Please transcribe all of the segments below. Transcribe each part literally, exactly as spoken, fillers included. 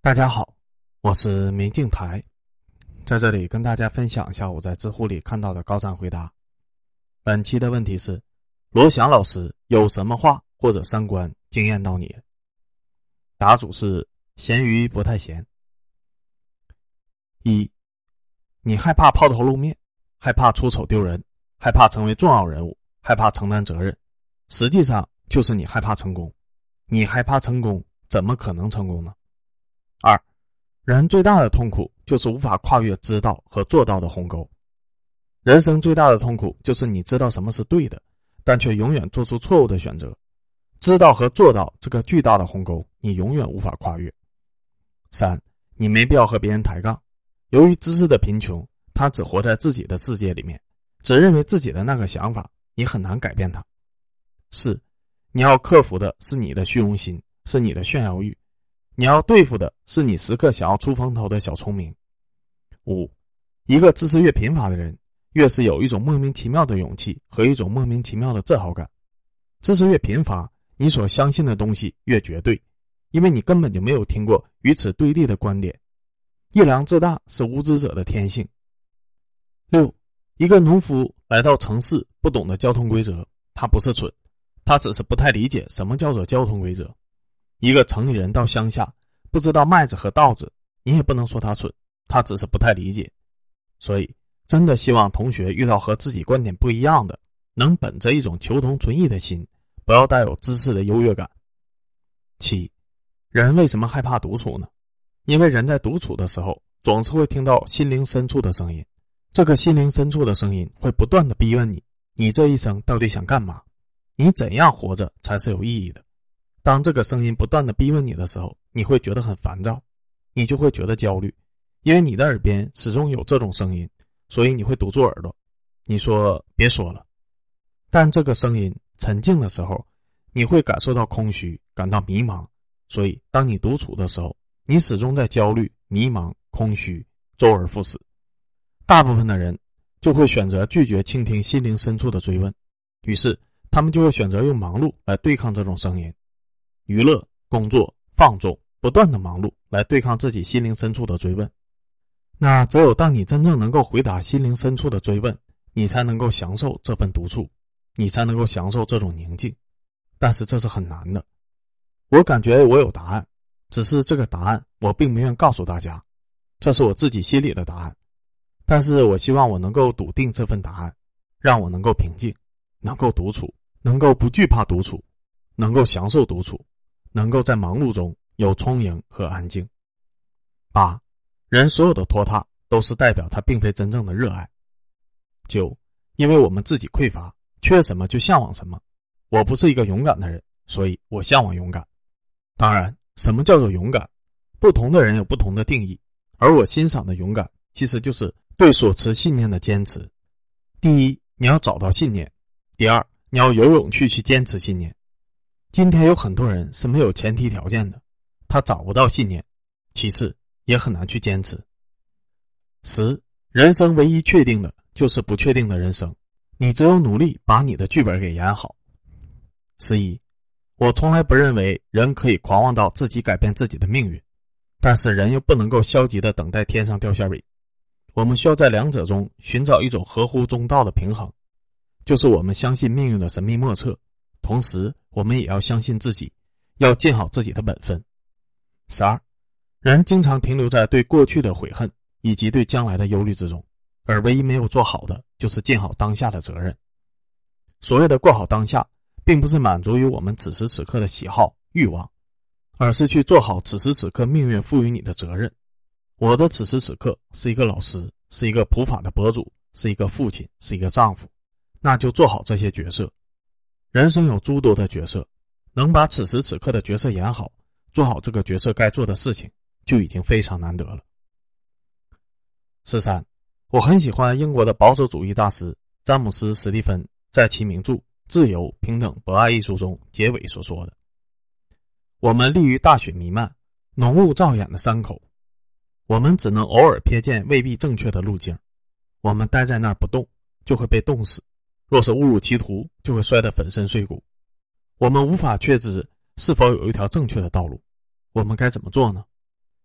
大家好，我是明镜台，在这里跟大家分享一下我在知乎里看到的高赞回答。本期的问题是，罗翔老师有什么话或者三观惊艳到你？答主是咸鱼不太咸。一，你害怕抛头露面，害怕出丑丢人，害怕成为重要人物，害怕承担责任，实际上就是你害怕成功。你害怕成功，怎么可能成功呢？二，人最大的痛苦就是无法跨越知道和做到的鸿沟。人生最大的痛苦就是你知道什么是对的，但却永远做出错误的选择。知道和做到这个巨大的鸿沟，你永远无法跨越。三，你没必要和别人抬杠。由于知识的贫穷，他只活在自己的世界里面，只认为自己的那个想法，你很难改变他。四，你要克服的是你的虚荣心，是你的炫耀欲。你要对付的是你时刻想要出风头的小聪明。五，一个知识越贫乏的人，越是有一种莫名其妙的勇气和一种莫名其妙的自豪感。知识越贫乏，你所相信的东西越绝对，因为你根本就没有听过与此对立的观点。一良自大是无知者的天性。六，一个农夫来到城市，不懂得交通规则，他不是蠢，他只是不太理解什么叫做交通规则。一个城里人到乡下，不知道麦子和稻子，你也不能说他蠢，他只是不太理解。所以真的希望同学遇到和自己观点不一样的，能本着一种求同存异的心，不要带有知识的优越感。七，人为什么害怕独处呢？因为人在独处的时候，总是会听到心灵深处的声音，这个心灵深处的声音会不断地逼问你，你这一生到底想干嘛？你怎样活着才是有意义的？当这个声音不断地逼问你的时候，你会觉得很烦躁，你就会觉得焦虑，因为你的耳边始终有这种声音，所以你会堵住耳朵。你说别说了，但这个声音沉静的时候，你会感受到空虚，感到迷茫。所以当你独处的时候，你始终在焦虑、迷茫、空虚，周而复始。大部分的人就会选择拒绝倾听心灵深处的追问，于是他们就会选择用忙碌来对抗这种声音。娱乐、工作、放纵，不断的忙碌来对抗自己心灵深处的追问。那只有当你真正能够回答心灵深处的追问，你才能够享受这份独处，你才能够享受这种宁静。但是这是很难的。我感觉我有答案，只是这个答案我并没愿告诉大家，这是我自己心里的答案。但是我希望我能够笃定这份答案，让我能够平静，能够独处，能够不惧怕独处，能够享受独处，能够在忙碌中有充盈和安静。八，人所有的拖沓都是代表他并非真正的热爱。九，因为我们自己匮乏，缺什么就向往什么。我不是一个勇敢的人，所以我向往勇敢。当然，什么叫做勇敢？不同的人有不同的定义，而我欣赏的勇敢，其实就是对所持信念的坚持。第一，你要找到信念；第二，你要有勇气去坚持信念。今天有很多人是没有前提条件的，他找不到信念，其次也很难去坚持。十，人生唯一确定的就是不确定的人生，你只有努力把你的剧本给演好。十一，我从来不认为人可以狂妄到自己改变自己的命运，但是人又不能够消极地等待天上掉馅饼。我们需要在两者中寻找一种合乎中道的平衡，就是我们相信命运的神秘莫测，同时我们也要相信自己，要尽好自己的本分。十二，人经常停留在对过去的悔恨以及对将来的忧虑之中，而唯一没有做好的就是尽好当下的责任。所谓的过好当下，并不是满足于我们此时此刻的喜好欲望，而是去做好此时此刻命运赋予你的责任。我的此时此刻是一个老师，是一个普法的博主，是一个父亲，是一个丈夫，那就做好这些角色。人生有诸多的角色，能把此时此刻的角色演好，做好这个角色该做的事情，就已经非常难得了。十三，我很喜欢英国的保守主义大师詹姆斯·史蒂芬在其名著《自由、平等、博爱》一书中结尾所说的：我们立于大雪弥漫、浓雾罩眼的山口，我们只能偶尔瞥见未必正确的路径，我们待在那儿不动，就会被冻死，若是误入歧途，就会摔得粉身碎骨。我们无法确知是否有一条正确的道路，我们该怎么做呢？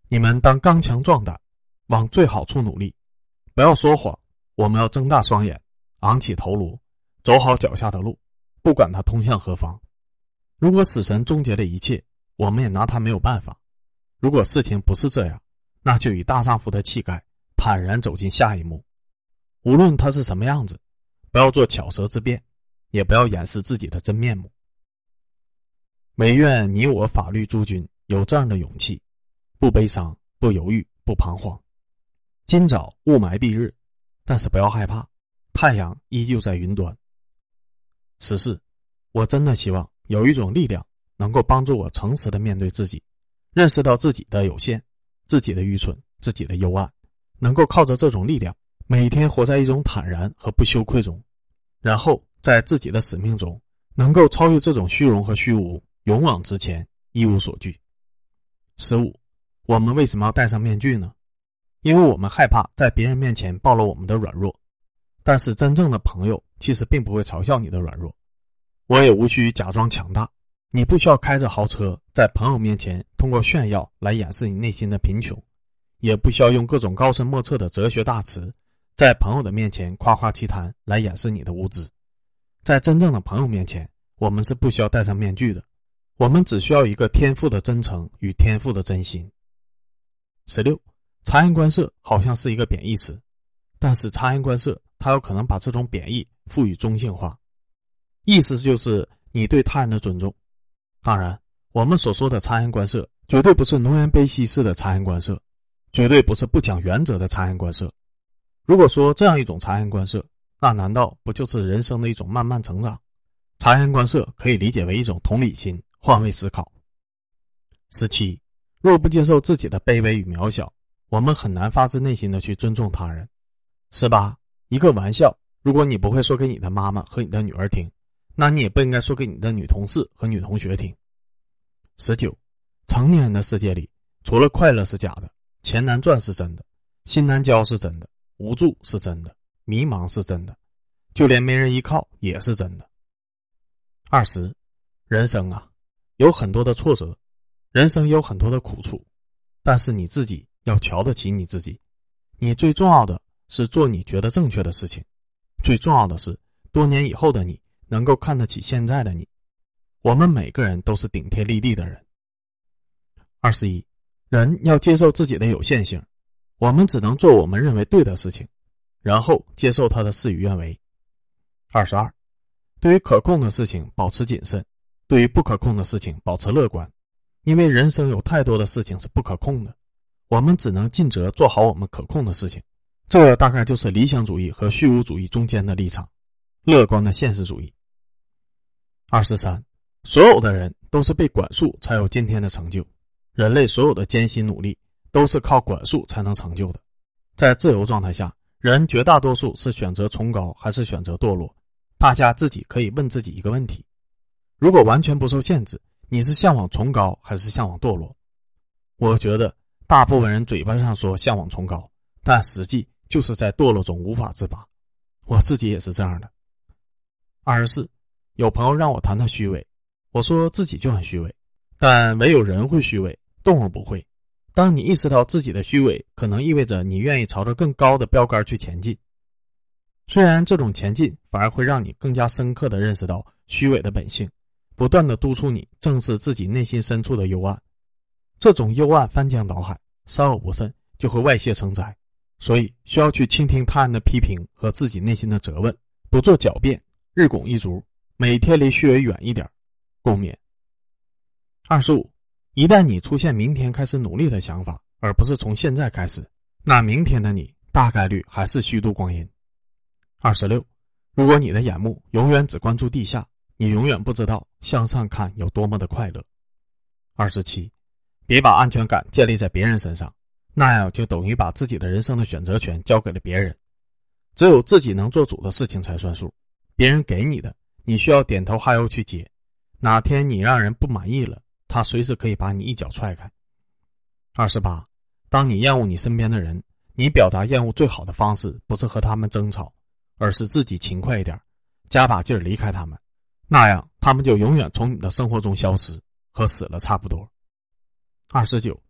你们当刚强壮胆，往最好处努力，不要说谎，我们要睁大双眼，昂起头颅，走好脚下的路，不管它通向何方。如果死神终结了一切，我们也拿他没有办法。如果事情不是这样，那就以大丈夫的气概坦然走进下一幕。无论他是什么样子，不要做巧舌之辩，也不要掩饰自己的真面目。唯愿你我法律诸君有这样的勇气，不悲伤，不犹豫，不彷徨。今早雾霾蔽日，但是不要害怕，太阳依旧在云端。十四，我真的希望有一种力量能够帮助我诚实的面对自己，认识到自己的有限，自己的愚蠢，自己的幽暗，能够靠着这种力量每天活在一种坦然和不羞愧中，然后在自己的使命中能够超越这种虚荣和虚无，勇往直前，一无所惧。十五，我们为什么要戴上面具呢？因为我们害怕在别人面前暴露我们的软弱，但是真正的朋友其实并不会嘲笑你的软弱。我也无需假装强大，你不需要开着豪车在朋友面前通过炫耀来掩饰你内心的贫穷，也不需要用各种高深莫测的哲学大词在朋友的面前夸夸其谈来掩饰你的无知。在真正的朋友面前，我们是不需要戴上面具的，我们只需要一个天赋的真诚与天赋的真心。十六，察言观色好像是一个贬义词，但是察言观色它有可能把这种贬义赋予中性化，意思就是你对他人的尊重。当然，我们所说的察言观色绝对不是浓颜悲喜式的察言观色，绝对不是不讲原则的察言观色。如果说这样一种察言观色，那难道不就是人生的一种慢慢成长？察言观色可以理解为一种同理心，换位思考。十七，若不接受自己的卑微与渺小，我们很难发自内心的去尊重他人。十八，一个玩笑，如果你不会说给你的妈妈和你的女儿听，那你也不应该说给你的女同事和女同学听。十九，成年人的世界里，除了快乐是假的，钱难赚是真的，心难交是真的，无助是真的，迷茫是真的，就连没人依靠也是真的。二十，人生啊，有很多的挫折，人生有很多的苦处，但是你自己要瞧得起你自己。你最重要的是做你觉得正确的事情，最重要的是多年以后的你能够看得起现在的你。我们每个人都是顶天立地的人。二十一，人要接受自己的有限性，我们只能做我们认为对的事情，然后接受它的事与愿违。二十二，对于可控的事情保持谨慎，对于不可控的事情保持乐观，因为人生有太多的事情是不可控的，我们只能尽责做好我们可控的事情。这大概就是理想主义和虚无主义中间的立场，乐观的现实主义。二十三，所有的人都是被管束才有今天的成就，人类所有的艰辛努力都是靠管束才能成就的。在自由状态下，人绝大多数是选择崇高还是选择堕落，大家自己可以问自己一个问题：如果完全不受限制，你是向往崇高还是向往堕落？我觉得大部分人嘴巴上说向往崇高，但实际就是在堕落中无法自拔。我自己也是这样的。二十四，有朋友让我谈谈虚伪，我说自己就很虚伪，但唯有人会虚伪，动物不会。当你意识到自己的虚伪，可能意味着你愿意朝着更高的标杆去前进。虽然这种前进反而会让你更加深刻地认识到虚伪的本性，不断地督促你正视自己内心深处的幽暗。这种幽暗翻江倒海，稍有不慎就会外泄成灾，所以需要去倾听他人的批评和自己内心的责问，不做狡辩，日拱一卒，每天离虚伪远一点，共勉。二十五，一旦你出现明天开始努力的想法，而不是从现在开始，那明天的你大概率还是虚度光阴。二十六，如果你的眼目永远只关注地下，你永远不知道向上看有多么的快乐。二十七，别把安全感建立在别人身上，那样就等于把自己的人生的选择权交给了别人。只有自己能做主的事情才算数，别人给你的，你需要点头哈腰去接。哪天你让人不满意了，他随时可以把你一脚踹开。二十八，当你厌恶你身边的人，你表达厌恶最好的方式不是和他们争吵，而是自己勤快一点，加把劲儿离开他们，那样他们就永远从你的生活中消失，和死了差不多。二十九，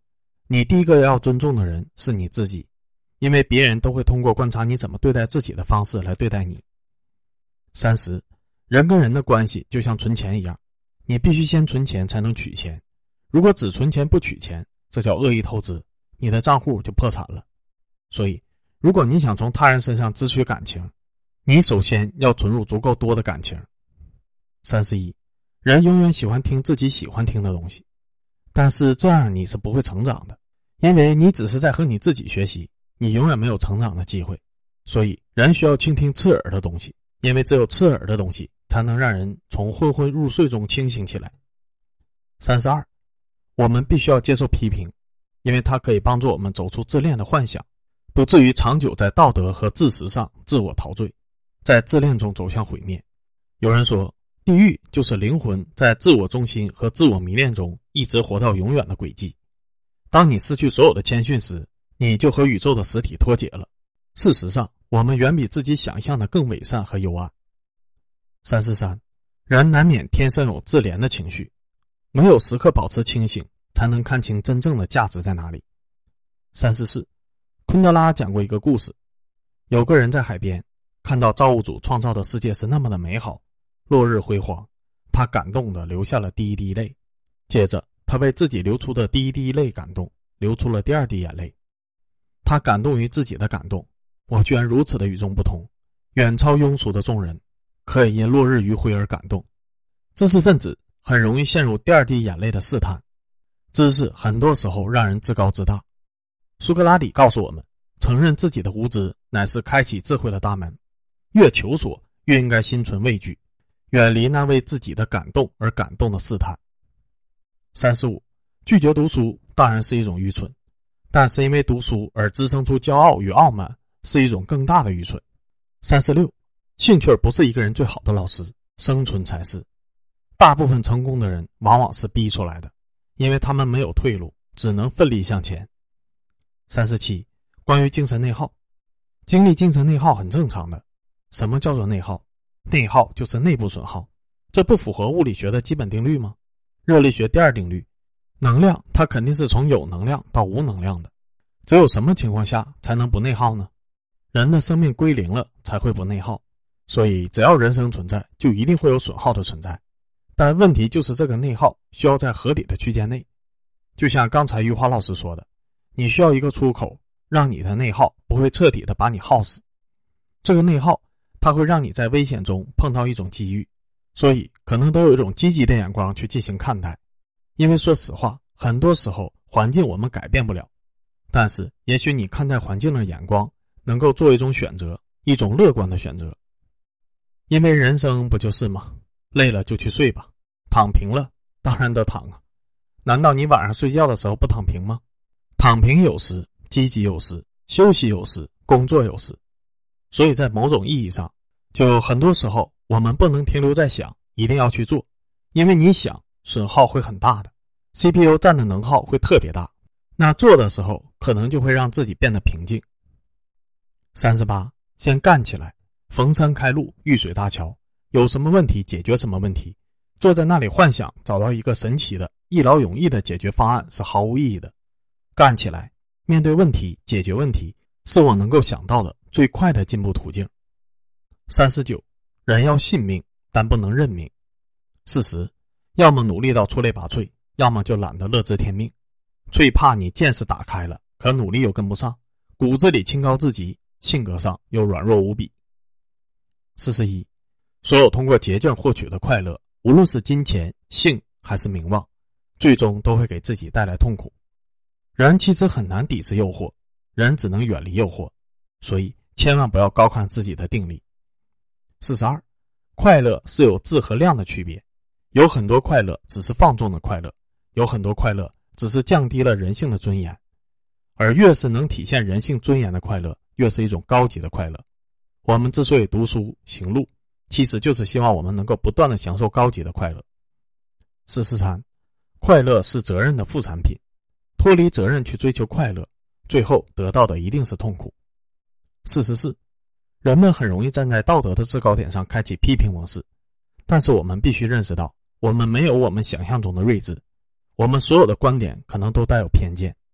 你第一个要尊重的人是你自己，因为别人都会通过观察你怎么对待自己的方式来对待你。三十，人跟人的关系就像存钱一样，你必须先存钱才能取钱，如果只存钱不取钱，这叫恶意投资，你的账户就破产了。所以如果你想从他人身上支取感情，你首先要存入足够多的感情。三十一，人永远喜欢听自己喜欢听的东西，但是这样你是不会成长的，因为你只是在和你自己学习，你永远没有成长的机会。所以人需要倾听刺耳的东西，因为只有刺耳的东西才能让人从昏昏入睡中清醒起来。三十二，我们必须要接受批评，因为它可以帮助我们走出自恋的幻想，不至于长久在道德和知识上自我陶醉，在自恋中走向毁灭。有人说，地狱就是灵魂在自我中心和自我迷恋中一直活到永远的轨迹。当你失去所有的谦逊时，你就和宇宙的实体脱节了。事实上，我们远比自己想象的更伪善和幽暗。三十三，人难免天生有自怜的情绪，没有时刻保持清醒，才能看清真正的价值在哪里。三十四，昆德拉讲过一个故事，有个人在海边看到造物主创造的世界是那么的美好，落日辉煌，他感动地流下了第一滴泪。接着他被自己流出的第一滴泪感动，流出了第二滴眼泪。他感动于自己的感动，我居然如此的与众不同，远超庸俗的众人，可以因落日余晖而感动。知识分子很容易陷入第二滴眼泪的试探，知识很多时候让人自高自大。苏格拉底告诉我们，承认自己的无知乃是开启智慧的大门，越求索越应该心存畏惧，远离那为自己的感动而感动的试探。三十五，拒绝读书当然是一种愚蠢，但是因为读书而滋生出骄傲与傲慢是一种更大的愚蠢。三十六，兴趣不是一个人最好的老师，生存才是。大部分成功的人往往是逼出来的，因为他们没有退路，只能奋力向前。三十七，关于精神内耗，经历精神内耗很正常的。什么叫做内耗？内耗就是内部损耗，这不符合物理学的基本定律吗？热力学第二定律，能量它肯定是从有能量到无能量的，只有什么情况下才能不内耗呢？人的生命归零了才会不内耗，所以只要人生存在，就一定会有损耗的存在。但问题就是这个内耗需要在合理的区间内，就像刚才余华老师说的，你需要一个出口，让你的内耗不会彻底的把你耗死。这个内耗它会让你在危险中碰到一种机遇，所以可能都有一种积极的眼光去进行看待。因为说实话，很多时候环境我们改变不了，但是也许你看待环境的眼光能够做一种选择，一种乐观的选择。因为人生不就是吗？累了就去睡吧，躺平了当然得躺啊，难道你晚上睡觉的时候不躺平吗？躺平有时，积极有时，休息有时，工作有时。所以在某种意义上，就很多时候我们不能停留在想，一定要去做，因为你想损耗会很大的， C P U 占的能耗会特别大，那做的时候可能就会让自己变得平静。三十八，先干起来，逢山开路，遇水搭桥，有什么问题解决什么问题，坐在那里幻想找到一个神奇的一劳永逸的解决方案是毫无意义的。干起来，面对问题，解决问题，是我能够想到的最快的进步途径。三十九，人要信命，但不能认命。四十，要么努力到出类拔萃，要么就懒得乐知天命。最怕你见识打开了，可努力又跟不上，骨子里清高自极，性格上又软弱无比。四十一，所有通过捷径获取的快乐，无论是金钱、性还是名望，最终都会给自己带来痛苦。人其实很难抵制诱惑，人只能远离诱惑，所以千万不要高看自己的定力。四十二，快乐是有质和量的区别，有很多快乐只是放纵的快乐，有很多快乐只是降低了人性的尊严，而越是能体现人性尊严的快乐，越是一种高级的快乐。我们之所以读书行路，其实就是希望我们能够不断的享受高级的快乐。四十三，快乐是责任的副产品，脱离责任去追求快乐，最后得到的一定是痛苦。四十四，人们很容易站在道德的制高点上开启批评模式，但是我们必须认识到，我们没有我们想象中的睿智，我们所有的观点可能都带有偏见。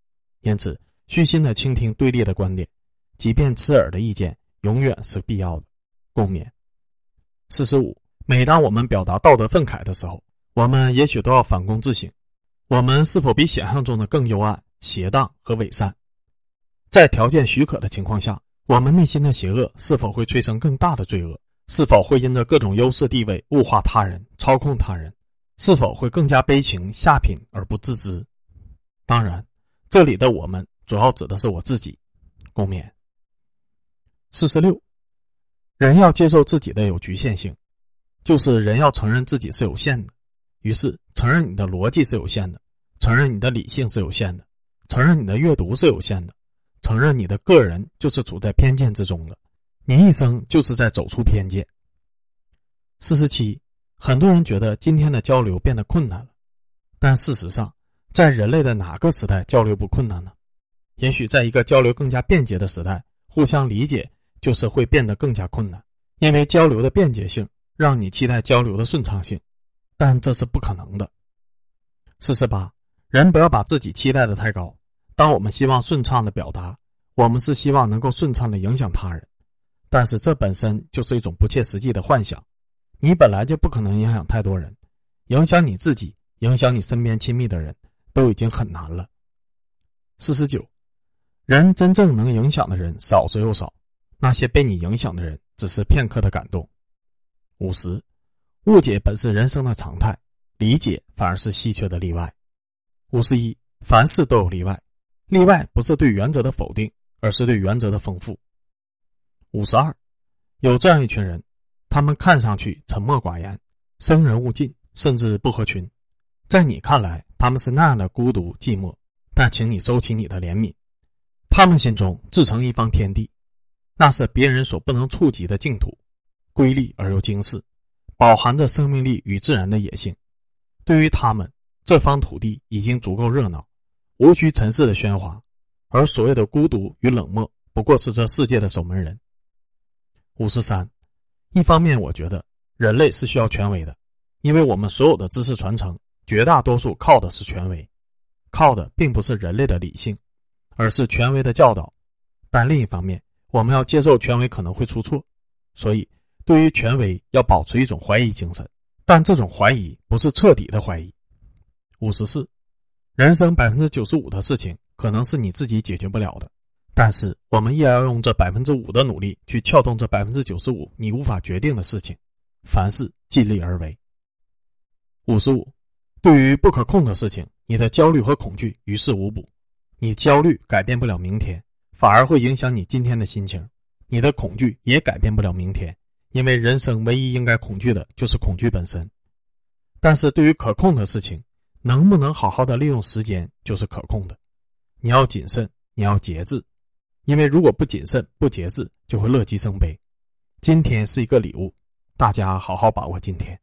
因此虚心地倾听对立的观点，即便刺耳的意见永远是必要的。共勉。四十五，每当我们表达道德愤慨的时候，我们也许都要反躬自省，我们是否比想象中的更幽暗、邪荡和伪善？在条件许可的情况下，我们内心的邪恶是否会催生更大的罪恶？是否会因着各种优势地位物化他人、操控他人？是否会更加悲情下品而不自知？当然，这里的我们主要指的是我自己。共勉。四十六，人要接受自己的有局限性，就是人要承认自己是有限的，于是承认你的逻辑是有限的，承认你的理性是有限的，承认你的阅读是有限的，承认你的个人就是处在偏见之中的，你一生就是在走出偏见。四十七，很多人觉得今天的交流变得困难了，但事实上，在人类的哪个时代交流不困难呢？也许在一个交流更加便捷的时代，互相理解就是会变得更加困难，因为交流的便捷性让你期待交流的顺畅性，但这是不可能的。四十八，人不要把自己期待的太高。当我们希望顺畅的表达，我们是希望能够顺畅的影响他人，但是这本身就是一种不切实际的幻想。你本来就不可能影响太多人，影响你自己，影响你身边亲密的人都已经很难了。四十九，人真正能影响的人少之又少，那些被你影响的人只是片刻的感动。五十，误解本是人生的常态，理解反而是稀缺的例外。五十一，凡事都有例外，例外不是对原则的否定，而是对原则的丰富。五十二，有这样一群人，他们看上去沉默寡言，生人勿近，甚至不合群，在你看来他们是那样的孤独寂寞，但请你收起你的怜悯，他们心中自成一方天地，那是别人所不能触及的净土，瑰丽而又精致，饱含着生命力与自然的野性。对于他们，这方土地已经足够热闹，无需尘世的喧哗，而所谓的孤独与冷漠不过是这世界的守门人。五十三，一方面我觉得人类是需要权威的，因为我们所有的知识传承绝大多数靠的是权威，靠的并不是人类的理性，而是权威的教导。但另一方面，我们要接受权威可能会出错，所以对于权威要保持一种怀疑精神，但这种怀疑不是彻底的怀疑。五十四，人生 百分之九十五 的事情可能是你自己解决不了的，但是我们依然要用这 百分之五 的努力去撬动这 百分之九十五 你无法决定的事情，凡事尽力而为。五十五，对于不可控的事情，你的焦虑和恐惧于事无补。你焦虑改变不了明天，反而会影响你今天的心情，你的恐惧也改变不了明天，因为人生唯一应该恐惧的就是恐惧本身。但是对于可控的事情，能不能好好的利用时间就是可控的。你要谨慎，你要节制，因为如果不谨慎不节制，就会乐极生悲。今天是一个礼物，大家好好把握今天。